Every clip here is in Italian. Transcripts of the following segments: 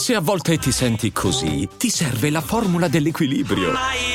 Se a volte ti senti così, ti serve la formula dell'equilibrio.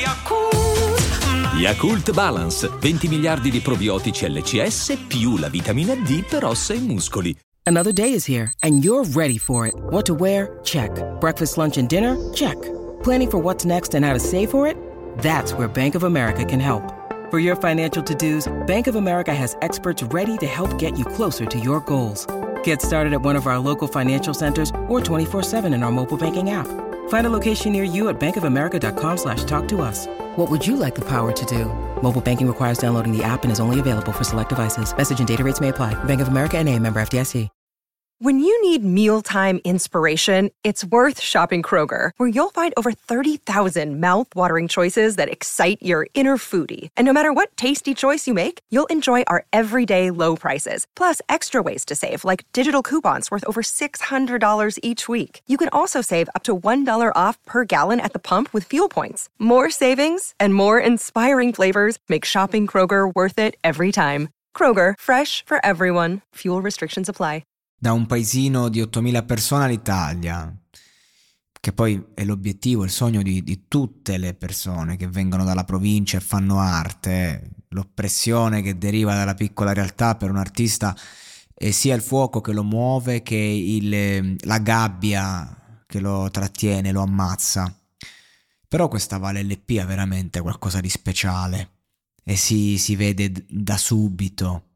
Yakult Balance, 20 miliardi di probiotici LCS più la vitamina D per ossa e muscoli. Another day is here, and you're ready for it. What to wear? Check. Breakfast, lunch, and dinner? Check. Planning for what's next and how to save for it? That's where Bank of America can help. For your financial to-dos, Bank of America has experts ready to help get you closer to your goals. Get started at one of our local financial centers or 24/7 in our mobile banking app. Find a location near you at bankofamerica.com/talktous. What would you like the power to do? Mobile banking requires downloading the app and is only available for select devices. Message and data rates may apply. Bank of America N.A., member FDIC. When you need mealtime inspiration, it's worth shopping Kroger, where you'll find over 30,000 mouth-watering choices that excite your inner foodie. And no matter what tasty choice you make, you'll enjoy our everyday low prices, plus extra ways to save, like digital coupons worth over $600 each week. You can also save up to $1 off per gallon at the pump with fuel points. More savings and more inspiring flavors make shopping Kroger worth it every time. Kroger, fresh for everyone. Fuel restrictions apply. Da un paesino di 8.000 persone all'Italia, che poi è l'obiettivo, il sogno di tutte le persone che vengono dalla provincia e fanno arte, l'oppressione che deriva dalla piccola realtà per un artista è sia il fuoco che lo muove che la gabbia che lo trattiene, lo ammazza. Però questa Valle LP ha veramente qualcosa di speciale e si vede da subito,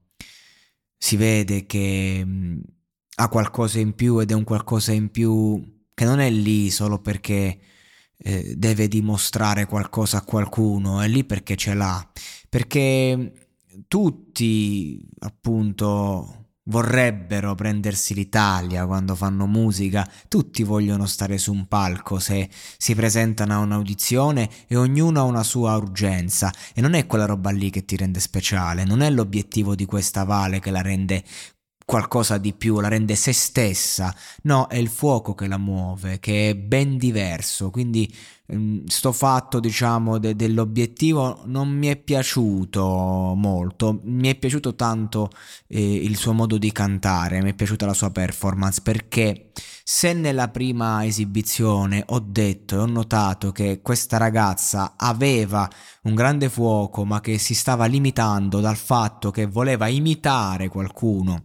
si vede che ha qualcosa in più ed è un qualcosa in più che non è lì solo perché deve dimostrare qualcosa a qualcuno, è lì perché ce l'ha, perché tutti appunto vorrebbero prendersi l'Italia quando fanno musica, tutti vogliono stare su un palco se si presentano a un'audizione e ognuno ha una sua urgenza e non è quella roba lì che ti rende speciale, non è l'obiettivo di questa Vale che la rende qualcosa di più, la rende se stessa, no, è il fuoco che la muove, che è ben diverso, quindi sto fatto diciamo dell'obiettivo non mi è piaciuto molto, mi è piaciuto tanto il suo modo di cantare, mi è piaciuta la sua performance, perché se nella prima esibizione ho detto e ho notato che questa ragazza aveva un grande fuoco ma che si stava limitando dal fatto che voleva imitare qualcuno,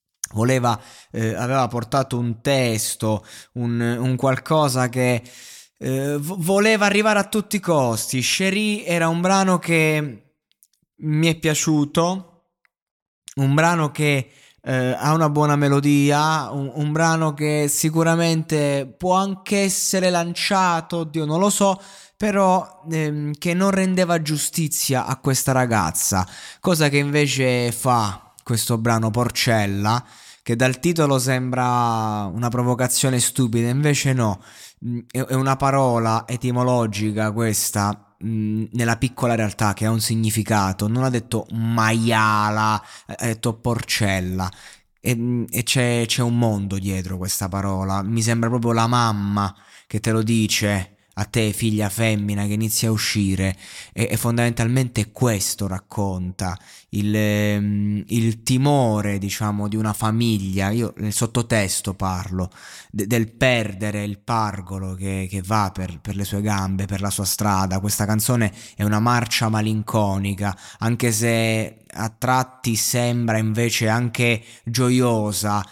aveva portato un testo, un qualcosa che voleva arrivare a tutti i costi. Cherie era un brano che mi è piaciuto, un brano che ha una buona melodia, un brano che sicuramente può anche essere lanciato, oddio non lo so, però che non rendeva giustizia a questa ragazza, cosa che invece fa questo brano Porcella, che dal titolo sembra una provocazione stupida, invece no, è una parola etimologica questa, nella piccola realtà, che ha un significato. Non ha detto maiala, ha detto porcella, e c'è un mondo dietro questa parola. Mi sembra proprio la mamma che te lo dice a te, figlia femmina che inizia a uscire, e fondamentalmente questo racconta il timore, diciamo, di una famiglia. Io nel sottotesto parlo del perdere il pargolo che va per le sue gambe, per la sua strada. Questa canzone è una marcia malinconica, anche se a tratti sembra invece anche gioiosa,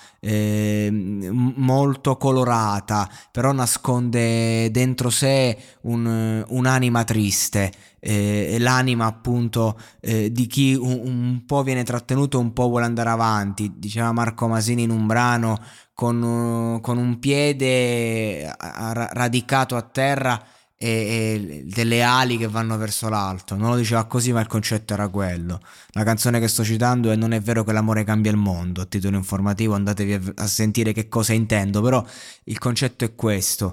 molto colorata, però nasconde dentro sé un'anima triste, l'anima appunto di chi un po' viene trattenuto, un po' vuole andare avanti. Diceva Marco Masini in un brano, con un piede radicato a terra e delle ali che vanno verso l'alto. Non lo diceva così, ma il concetto era quello. La canzone che sto citando è Non è vero che l'amore cambia il mondo, a titolo informativo andatevi a sentire che cosa intendo, però il concetto è questo.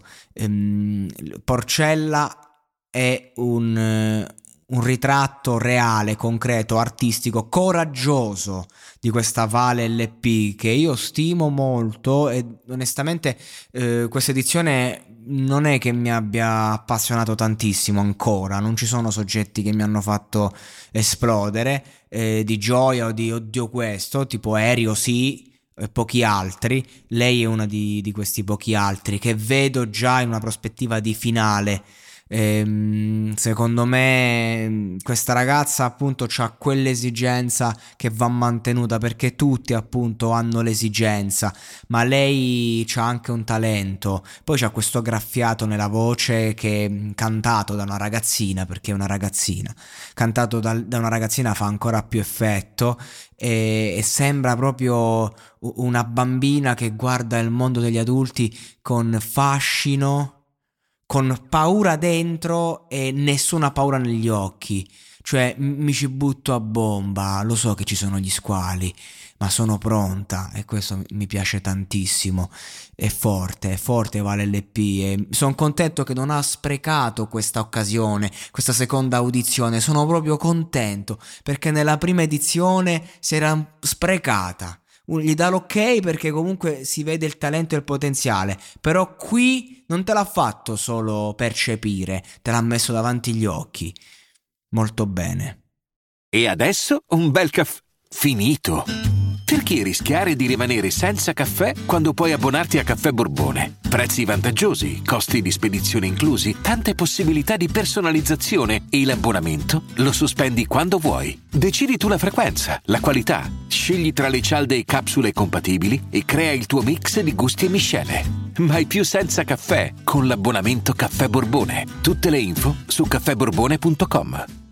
Porcella è un ritratto reale, concreto, artistico, coraggioso di questa Vale LP, che io stimo molto, e onestamente questa edizione non è che mi abbia appassionato tantissimo ancora, non ci sono soggetti che mi hanno fatto esplodere di gioia o di oddio questo, tipo Aereo sì, pochi altri. Lei è una di questi pochi altri che vedo già in una prospettiva di finale. Secondo me questa ragazza appunto c'ha quell'esigenza che va mantenuta, perché tutti appunto hanno l'esigenza, ma lei c'ha anche un talento, poi c'ha questo graffiato nella voce che, cantato da una ragazzina, perché è una ragazzina, cantato da una ragazzina fa ancora più effetto, e sembra proprio una bambina che guarda il mondo degli adulti con fascino, con paura dentro e nessuna paura negli occhi. Cioè mi ci butto a bomba, lo so che ci sono gli squali, ma sono pronta, e questo mi piace tantissimo. È forte Vale LP, e sono contento che non ha sprecato questa occasione, questa seconda audizione. Sono proprio contento, perché nella prima edizione si era sprecata. Gli dà l'ok perché comunque si vede il talento e il potenziale, però qui non te l'ha fatto solo percepire, te l'ha messo davanti gli occhi. Molto bene. E adesso un bel caffè finito. Perché rischiare di rimanere senza caffè quando puoi abbonarti a Caffè Borbone? Prezzi vantaggiosi, costi di spedizione inclusi, tante possibilità di personalizzazione, e l'abbonamento lo sospendi quando vuoi. Decidi tu la frequenza, la qualità, scegli tra le cialde e capsule compatibili e crea il tuo mix di gusti e miscele. Mai più senza caffè con l'abbonamento Caffè Borbone. Tutte le info su caffèborbone.com.